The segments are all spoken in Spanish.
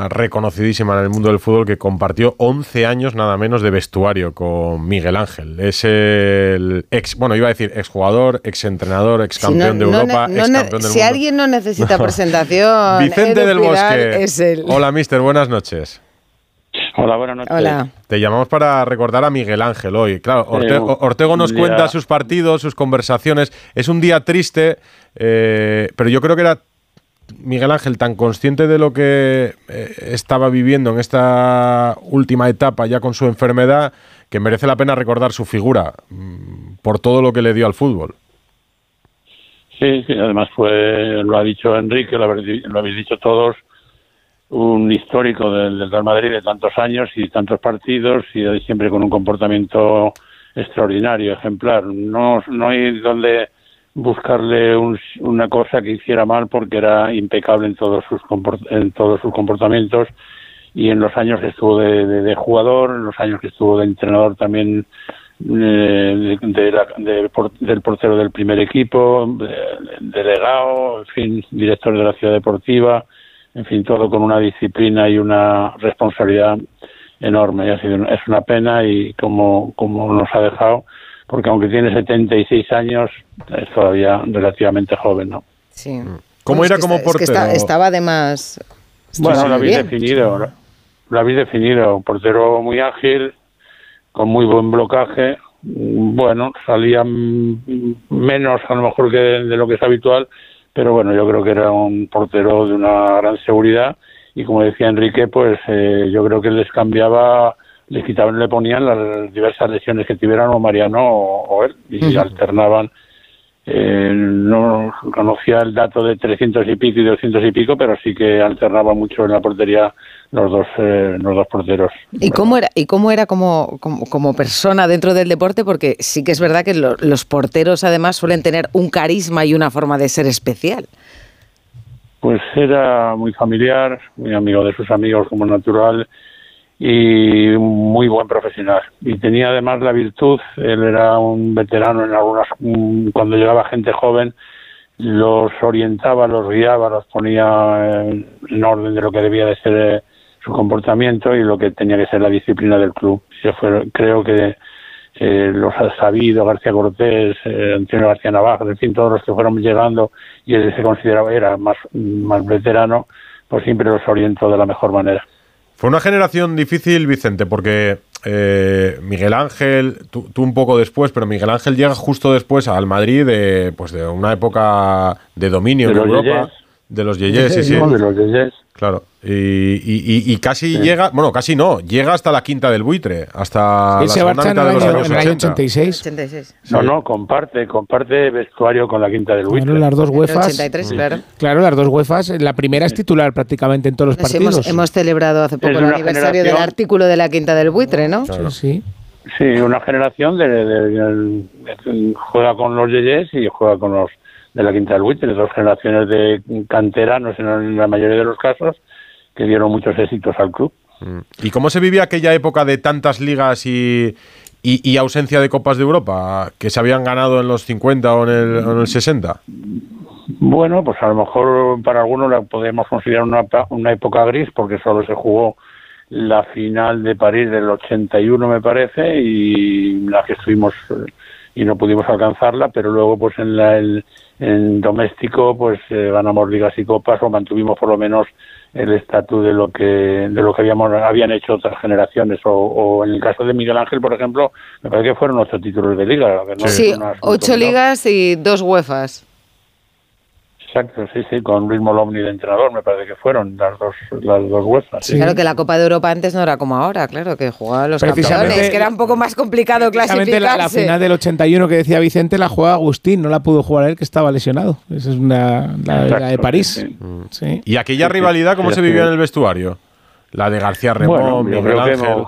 persona reconocidísima en el mundo del fútbol que compartió 11 años nada menos de vestuario con Miguel Ángel. Es el exjugador, exentrenador, excampeón de Europa, excampeón del mundo. Si alguien no necesita presentación, Vicente del Bosque. Es él. Hola, mister, buenas noches. Hola, buenas noches. Hola. Te llamamos para recordar a Miguel Ángel hoy. Claro, Ortego nos cuenta sus partidos, sus conversaciones. Es un día triste, pero yo creo que era Miguel Ángel tan consciente de lo que estaba viviendo en esta última etapa ya con su enfermedad que merece la pena recordar su figura por todo lo que le dio al fútbol. Sí, además lo ha dicho Enrique, lo habéis dicho todos, un histórico del Real Madrid de tantos años y tantos partidos y siempre con un comportamiento extraordinario, ejemplar. No hay donde buscarle una cosa que hiciera mal porque era impecable en todos sus comportamientos, y en los años que estuvo de jugador, en los años que estuvo de entrenador también, del portero del primer equipo, delegado, en fin, director de la ciudad deportiva, en fin, todo con una disciplina y una responsabilidad enorme. Es una pena y como nos ha dejado, porque aunque tiene 76 años, es todavía relativamente joven, ¿no? Sí. ¿Cómo era como portero? Es que estaba además... Bueno, lo habéis definido. Un portero muy ágil, con muy buen blocaje. Bueno, salía menos a lo mejor que de lo que es habitual, pero bueno, yo creo que era un portero de una gran seguridad. Y como decía Enrique, pues yo creo que les quitaban, le ponían las diversas lesiones que tuvieran o Mariano o él, y alternaban. No conocía el dato de 300 y pico y 200 y pico, pero sí que alternaba mucho en la portería los dos porteros. ¿Y cómo era como persona dentro del deporte? Porque sí que es verdad que los porteros además suelen tener un carisma y una forma de ser especial. Pues era muy familiar, muy amigo de sus amigos como natural y muy buen profesional. Y tenía además la virtud, él era un veterano en algunas, cuando llegaba gente joven, los orientaba, los guiaba, los ponía en orden de lo que debía de ser su comportamiento y lo que tenía que ser la disciplina del club. Creo que los ha sabido, García Cortés, Antonio García Navaja, en fin, todos los que fueron llegando y él se consideraba era más veterano, pues siempre los orientó de la mejor manera. Fue una generación difícil, Vicente, porque Miguel Ángel, tú un poco después, pero Miguel Ángel llega justo después al Madrid de una época de dominio en Europa. De los Yeyés, sí. De los Yeyés. Claro. Y casi llega, bueno, casi no, llega hasta la quinta del Buitre, hasta la segunda mitad de los años 80. 86. Sí. No, comparte vestuario con la quinta del Buitre. Bueno, las dos UEFAs. 83, claro. Claro, las dos UEFAs. La primera es titular prácticamente en todos los partidos. Hemos celebrado hace poco el aniversario del artículo de la quinta del Buitre, ¿no? Claro. Sí. Sí, una generación juega con los Yeyés y juega con los de la quinta del Buitre, dos generaciones de canteranos en la mayoría de los casos que dieron muchos éxitos al club. ¿Y cómo se vivía aquella época de tantas ligas y ausencia de Copas de Europa que se habían ganado en los 50 o en el 60? Bueno, pues a lo mejor para algunos la podemos considerar una época gris porque solo se jugó la final de París del 81, me parece, y la que estuvimos y no pudimos alcanzarla, pero luego pues en doméstico pues ganamos ligas y copas o mantuvimos por lo menos el estatus de lo que habían hecho otras generaciones, o en el caso de Miguel Ángel, por ejemplo, me parece que fueron 8 títulos de liga. ¿No? Sí, 8 ligas y 2 UEFAs. Exacto, sí, con Luis Molomni de entrenador, me parece que fueron las dos UEFAs. Sí. Claro que la Copa de Europa antes no era como ahora, claro, que jugaban los campeones, que era un poco más complicado clasificarse. La final del 81 que decía Vicente la jugaba Agustín, no la pudo jugar él, que estaba lesionado. Esa es la de París. Sí. ¿Y aquella rivalidad cómo se vivía en el vestuario? La de García Remón, Miguel Ángel.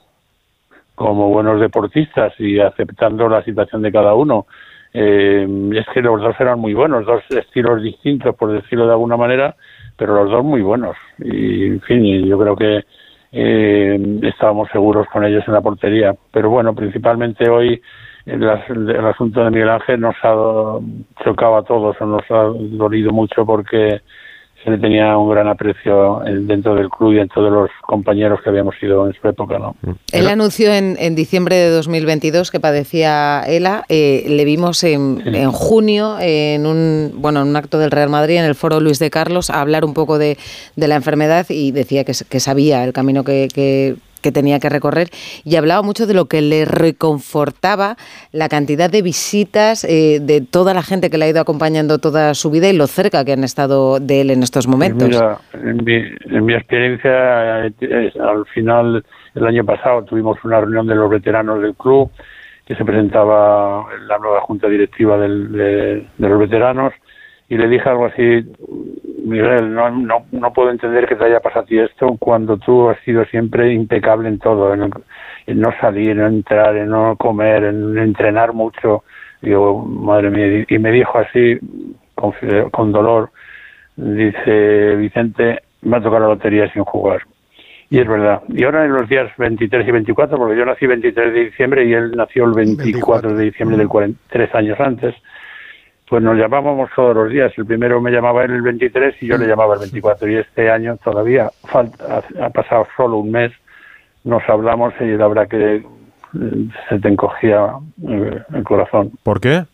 Como buenos deportistas y aceptando la situación de cada uno. Es que los dos eran muy buenos, dos estilos distintos, por decirlo de alguna manera, pero los dos muy buenos. Y, en fin, yo creo que estábamos seguros con ellos en la portería. Pero bueno, principalmente hoy el asunto de Miguel Ángel nos ha chocado a todos, o nos ha dolido mucho porque se le tenía un gran aprecio dentro del club y dentro de los compañeros que habíamos sido en su época, ¿no? Él anunció en diciembre de 2022 que padecía ELA. Le vimos en junio en un acto del Real Madrid en el Foro Luis de Carlos a hablar un poco de la enfermedad y decía que sabía el camino que tenía que recorrer, y hablaba mucho de lo que le reconfortaba la cantidad de visitas de toda la gente que le ha ido acompañando toda su vida y lo cerca que han estado de él en estos momentos. Mira, en mi experiencia, al final, el año pasado tuvimos una reunión de los veteranos del club, que se presentaba en la nueva junta directiva de los veteranos, y le dije algo así: Miguel, no puedo entender que te haya pasado a ti esto cuando tú has sido siempre impecable en todo, en no salir, en no entrar, en no comer, en entrenar mucho. Digo, madre mía, y me dijo así, con dolor, dice: Vicente, me ha tocado la lotería sin jugar. Y es verdad. Y ahora en los días 23 y 24, porque yo nací 23 de diciembre y él nació el 24 de diciembre del 3 años antes, pues nos llamábamos todos los días. El primero me llamaba él el 23 y yo le llamaba el 24. Y este año todavía ha pasado solo un mes, nos hablamos y la verdad que se te encogía el corazón. ¿Por qué?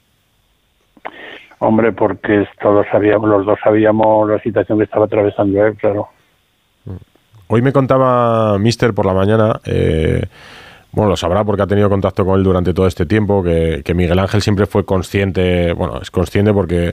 Hombre, porque los dos sabíamos la situación que estaba atravesando él, claro. Hoy me contaba Mister por la mañana, lo sabrá porque ha tenido contacto con él durante todo este tiempo, que Miguel Ángel siempre fue consciente, es consciente porque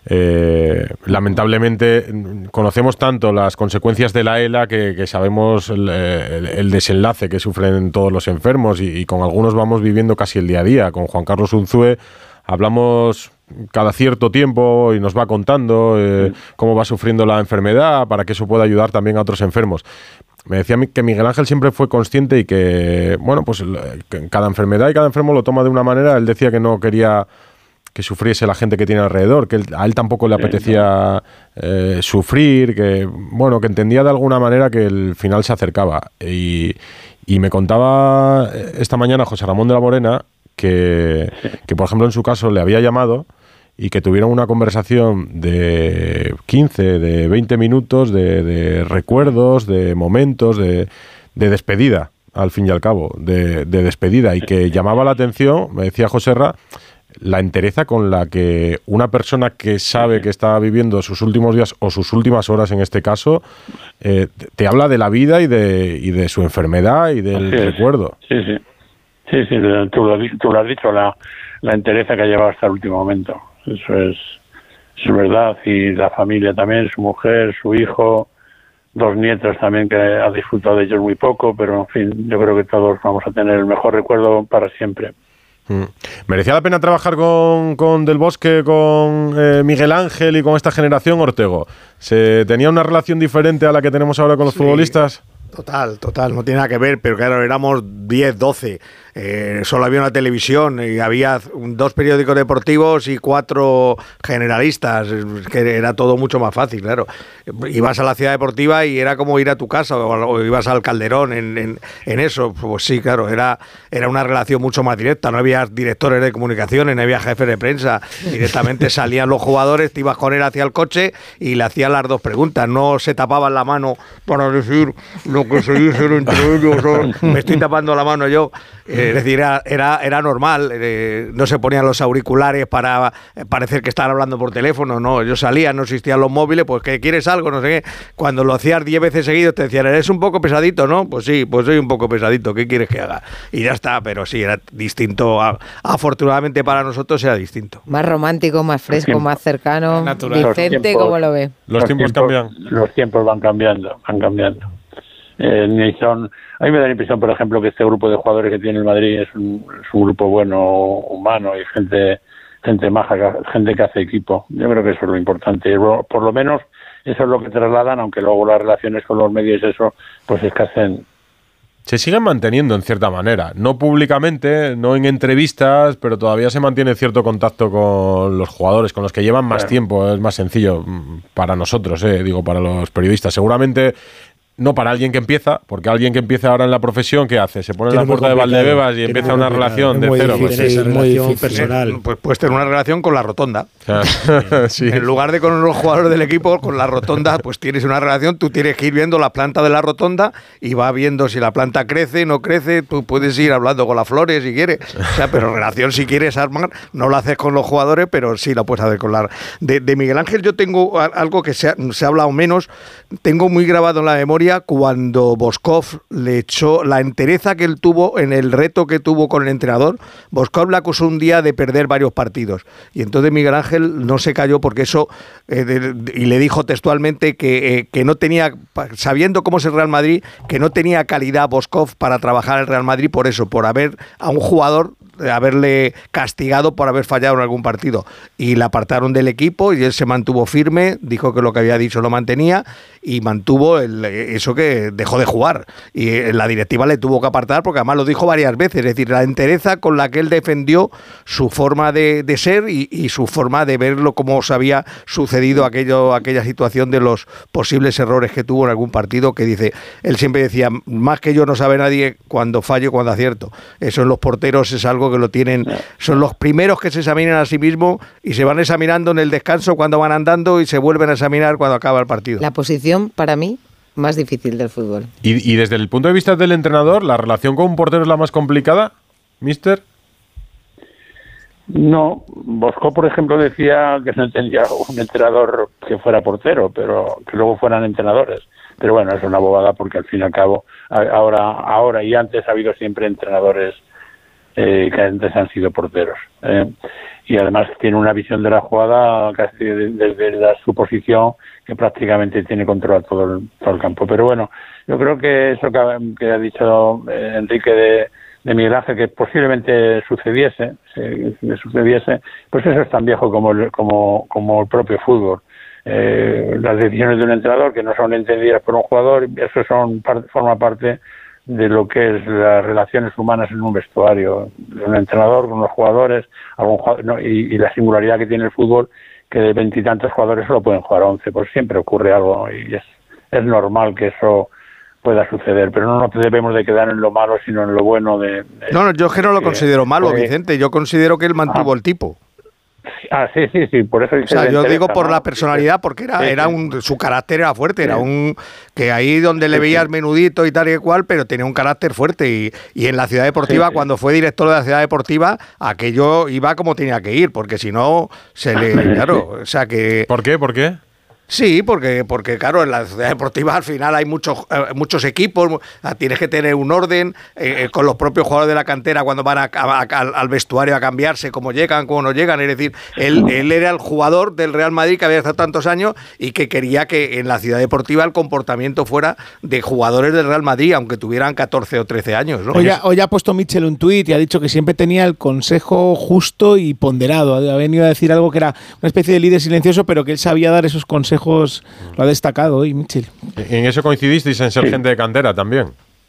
lamentablemente conocemos tanto las consecuencias de la ELA que sabemos el desenlace que sufren todos los enfermos y con algunos vamos viviendo casi el día a día. Con Juan Carlos Unzúe hablamos cada cierto tiempo y nos va contando cómo va sufriendo la enfermedad para que eso pueda ayudar también a otros enfermos. Me decía que Miguel Ángel siempre fue consciente y que, que cada enfermedad y cada enfermo lo toma de una manera. Él decía que no quería que sufriese la gente que tiene alrededor, que a él tampoco le apetecía sufrir, que entendía de alguna manera que el final se acercaba. Y me contaba esta mañana José Ramón de la Morena que por ejemplo, en su caso le había llamado y que tuvieron una conversación de 15, de 20 minutos de recuerdos, de momentos, de despedida, al fin y al cabo, de despedida, y que llamaba la atención, me decía Joserra, la entereza con la que una persona que sabe que está viviendo sus últimos días o sus últimas horas en este caso, te habla de la vida y de su enfermedad y del recuerdo. Sí, tú lo has dicho, la entereza que ha llevado hasta el último momento. Eso es verdad. Y la familia también, su mujer, su hijo, 2 nietos también, que ha disfrutado de ellos muy poco, pero en fin, yo creo que todos vamos a tener el mejor recuerdo para siempre. ¿Merecía la pena trabajar con Del Bosque, con Miguel Ángel y con esta generación, Ortego? ¿Se tenía una relación diferente a la que tenemos ahora con los futbolistas? Total, no tiene nada que ver, pero claro, éramos 10, 12. Solo había una televisión y había 2 periódicos deportivos y 4 generalistas, que era todo mucho más fácil, claro. Ibas a la ciudad deportiva y era como ir a tu casa, o ibas al Calderón en eso. Pues sí, claro, era una relación mucho más directa. No había directores de comunicaciones, no había jefes de prensa. Directamente salían los jugadores, te ibas con él hacia el coche y le hacían las 2 preguntas. No se tapaban la mano para decir lo que se dice entre ellos, o me estoy tapando la mano yo. Es decir, era normal, no se ponían los auriculares para parecer que estaban hablando por teléfono, no, ellos salían, no existían los móviles, pues que quieres algo, no sé qué. Cuando lo hacías 10 veces seguidos te decían, eres un poco pesadito, ¿no? Pues sí, pues soy un poco pesadito, ¿qué quieres que haga? Y ya está, pero sí, era distinto, afortunadamente para nosotros era distinto. Más romántico, más fresco, más cercano. Natural. Vicente, ¿cómo lo ve? Los tiempos cambian. Los tiempos van cambiando. A mí me da la impresión, por ejemplo, que este grupo de jugadores que tiene el Madrid es un grupo bueno, humano, y gente maja, gente que hace equipo. Yo creo que eso es lo importante. Por lo menos eso es lo que trasladan, aunque luego las relaciones con los medios, eso, pues escasean. Se siguen manteniendo en cierta manera, no públicamente, no en entrevistas, pero todavía se mantiene cierto contacto con los jugadores, con los que llevan más tiempo. Es más sencillo para nosotros, digo, para los periodistas. Seguramente No para alguien que empieza, porque alguien que empieza ahora en la profesión, ¿qué hace? Se pone en la puerta de Valdebebas y empieza una relación de cero. Esa relación personal. Pues puedes tener una relación con la rotonda. Sí. En lugar de con los jugadores del equipo, con la rotonda, pues tienes una relación, tú tienes que ir viendo la planta de la rotonda y va viendo si la planta crece, no crece, tú puedes ir hablando con las flores si quieres. O sea, pero relación si quieres armar, no lo haces con los jugadores, pero sí lo puedes hacer con la... De Miguel Ángel yo tengo algo que se ha hablado menos, tengo muy grabado en la memoria cuando Boskov le echó la entereza que él tuvo en el reto que tuvo con el entrenador. Boskov le acusó un día de perder varios partidos y entonces Miguel Ángel no se cayó porque eso y le dijo textualmente que no tenía, sabiendo cómo es el Real Madrid, que no tenía calidad Boskov para trabajar en el Real Madrid por eso, por haber a un jugador haberle castigado por haber fallado en algún partido, y le apartaron del equipo y él se mantuvo firme, dijo que lo que había dicho lo mantenía y mantuvo eso, que dejó de jugar, y la directiva le tuvo que apartar porque además lo dijo varias veces, es decir, la entereza con la que él defendió su forma de ser y su forma de verlo, cómo se había sucedido aquella situación de los posibles errores que tuvo en algún partido, que dice, él siempre decía, más que yo no sabe nadie cuando fallo y cuando acierto. Eso en los porteros es algo que lo tienen, son los primeros que se examinan a sí mismos y se van examinando en el descanso cuando van andando y se vuelven a examinar cuando acaba el partido. La posición, para mí, más difícil del fútbol. Y desde el punto de vista del entrenador, ¿la relación con un portero es la más complicada, mister? No, Bosco, por ejemplo, decía que no entendía un entrenador que fuera portero, pero que luego fueran entrenadores. Pero bueno, es una bobada porque al fin y al cabo, ahora y antes ha habido siempre entrenadores que antes han sido porteros. Y además tiene una visión de la jugada casi desde su posición, que prácticamente tiene control todo el campo. Pero bueno, yo creo que eso que ha dicho Enrique de Miguel Ángel, que posiblemente sucediese, pues eso es tan viejo como el propio fútbol. Las decisiones de un entrenador que no son entendidas por un jugador, eso forma parte de lo que es las relaciones humanas en un vestuario, de un entrenador con los jugadores, y la singularidad que tiene el fútbol, que de 20 y tantos jugadores solo pueden jugar 11, pues siempre ocurre algo y es normal que eso pueda suceder, pero no nos debemos de quedar en lo malo, sino en lo bueno No, yo es que no lo considero malo, Vicente, yo considero que él mantuvo el tipo. Sí, por eso... O sea, yo digo por la personalidad, porque su carácter era fuerte, era que ahí donde le veías menudito y tal y cual, pero tenía un carácter fuerte, y en la Ciudad Deportiva, cuando fue director de la Ciudad Deportiva, aquello iba como tenía que ir, porque si no, claro, o sea que... ¿Por qué? Sí, porque claro, en la Ciudad Deportiva al final hay muchos equipos, tienes que tener un orden con los propios jugadores de la cantera cuando van al vestuario a cambiarse, cómo llegan, cómo no llegan. Es decir, él era el jugador del Real Madrid que había estado tantos años y que quería que en la Ciudad Deportiva el comportamiento fuera de jugadores del Real Madrid, aunque tuvieran 14 o 13 años, ¿no? Hoy ha puesto Mitchell un tuit y ha dicho que siempre tenía el consejo justo y ponderado. Ha venido a decir algo que era una especie de líder silencioso, pero que él sabía dar esos consejos. Lo ha destacado hoy, Mitchell. En eso coincidisteis, en ser gente de cantera también.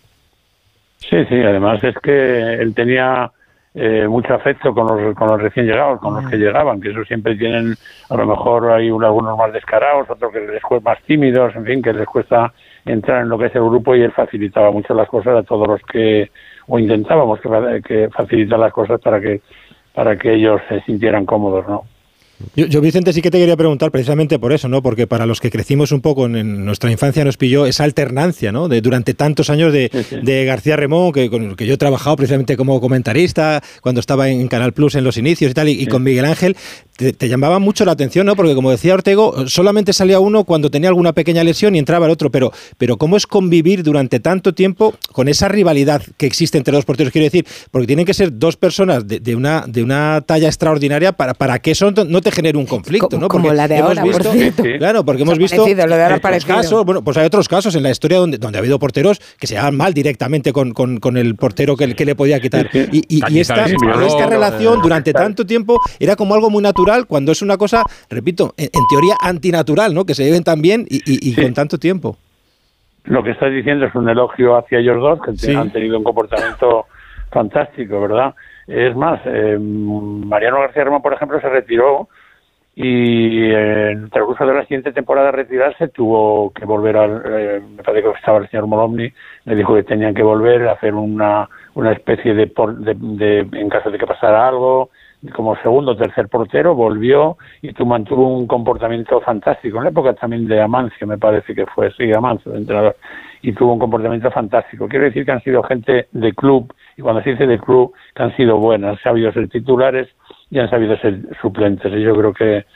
Sí, además es que él tenía mucho afecto con los recién llegados, con los que llegaban, que eso siempre tienen, a lo mejor hay algunos más descarados, otros que les cuesta más tímidos, en fin, que les cuesta entrar en lo que es el grupo, y él facilitaba mucho las cosas a todos los que, o intentábamos que facilitar las cosas para que ellos se sintieran cómodos, ¿no? Yo, Vicente, sí que te quería preguntar precisamente por eso, ¿no? Porque para los que crecimos un poco en nuestra infancia nos pilló esa alternancia, ¿no? Durante tantos años de García Remón, con el que yo he trabajado precisamente como comentarista, cuando estaba en Canal Plus en los inicios y tal, y con Miguel Ángel, te llamaba mucho la atención, ¿no? Porque como decía Ortego, solamente salía uno cuando tenía alguna pequeña lesión y entraba el otro, pero ¿cómo es convivir durante tanto tiempo con esa rivalidad que existe entre dos porteros? Quiero decir, porque tienen que ser dos personas de una talla extraordinaria para que eso no te genere un conflicto, ¿no? Como la de ahora, por cierto. Claro, porque hemos visto otros casos, bueno, pues hay otros casos en la historia donde ha habido porteros que se llevaban mal directamente con el portero que le podía quitar. Y esta relación durante tanto tiempo era como algo muy natural, cuando es una cosa, repito, en teoría antinatural, ¿no? Que se lleven tan bien y con tanto tiempo. Lo que estás diciendo es un elogio hacia ellos dos, que han tenido un comportamiento fantástico, ¿verdad? Es más, Mariano García Remón, por ejemplo, se retiró y en el transcurso de la siguiente temporada retirarse tuvo que volver me parece que estaba el señor Molomni, le dijo que tenían que volver a hacer una especie de en caso de que pasara algo, como segundo o tercer portero, volvió y mantuvo un comportamiento fantástico, en la época también de Amancio, me parece que fue, sí, Amancio, el entrenador, y tuvo un comportamiento fantástico. Quiero decir que han sido gente de club, y cuando se dice de club, que han sido buenas, han sabido ser titulares y han sabido ser suplentes, y yo creo que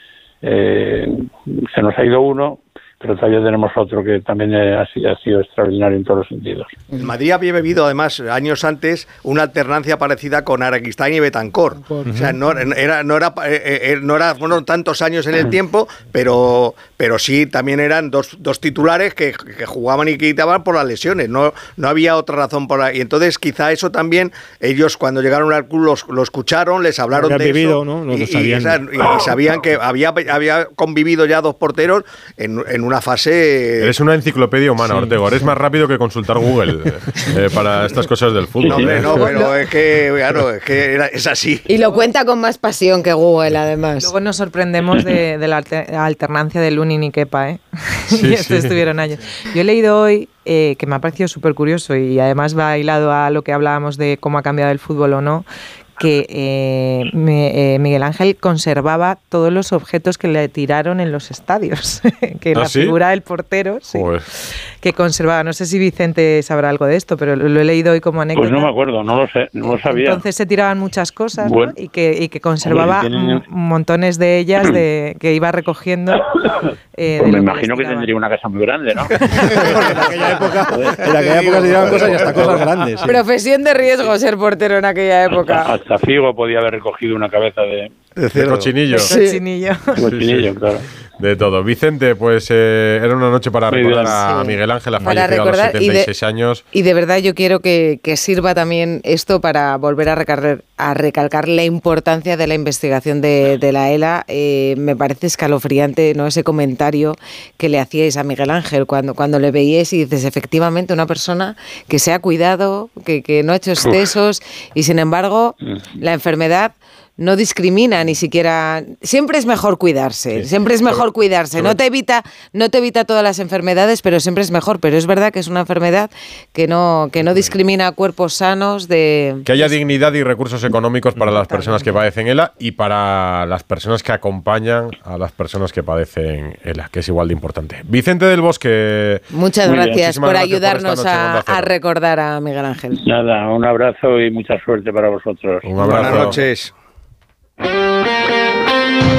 se nos ha ido uno, pero todavía tenemos otro que también ha sido extraordinario en todos los sentidos. El Madrid había vivido, además, años antes, una alternancia parecida con Araquistáin y Betancor. O sea, no fueron tantos años en el tiempo, pero sí también eran dos titulares que jugaban y quitaban por las lesiones. No había otra razón por ahí. Y entonces, quizá eso también, ellos cuando llegaron al club lo escucharon, les hablaron de vivido, eso. ¿No? Y sabían que había convivido ya dos porteros en una fase... Eres una enciclopedia humana, sí. Ortego. Eres más rápido que consultar Google para estas cosas del fútbol. No, hombre, no, pero es que, claro, es así. Y lo cuenta con más pasión que Google, además. Luego nos sorprendemos de la alternancia de Lunin y Kepa, ¿eh? Sí, y estuvieron años. Yo he leído hoy, que me ha parecido súper curioso y además va hilado a lo que hablábamos de cómo ha cambiado el fútbol o no, que Miguel Ángel conservaba todos los objetos que le tiraron en los estadios, que la figura del portero, sí, que conservaba. No sé si Vicente sabrá algo de esto, pero lo he leído hoy como anécdota. Pues no me acuerdo, no lo sé, no lo sabía. Entonces se tiraban muchas cosas, bueno, ¿no? y que conservaba montones de ellas que iba recogiendo. Pues me imagino que tendría una casa muy grande, ¿no? En aquella época se tiraban cosas y hasta cosas grandes. Sí. Profesión de riesgo ser portero en aquella época. Hasta Figo podía haber recogido una cabeza de cochinillo. Sí. Cochinillo, claro. De todo. Vicente, pues era una noche para recordar a Miguel Ángel, ha fallecido a los 76 años. Y de verdad yo quiero que sirva también esto para volver a recalcar la importancia de la investigación de la ELA. Me parece escalofriante, ¿no?, ese comentario que le hacíais a Miguel Ángel cuando le veíais y dices, efectivamente, una persona que se ha cuidado, que no ha hecho excesos y sin embargo la enfermedad no discrimina ni siquiera. Siempre es mejor cuidarse, siempre es mejor cuidarse. No te evita todas las enfermedades, pero siempre es mejor. Pero es verdad que es una enfermedad que no discrimina a cuerpos sanos que haya dignidad y recursos económicos para las personas que padecen ELA y para las personas que acompañan a las personas que padecen ELA, que es igual de importante. Vicente del Bosque. Muchas gracias por ayudarnos a recordar a Miguel Ángel. Nada, un abrazo y mucha suerte para vosotros. Un abrazo. Buenas noches.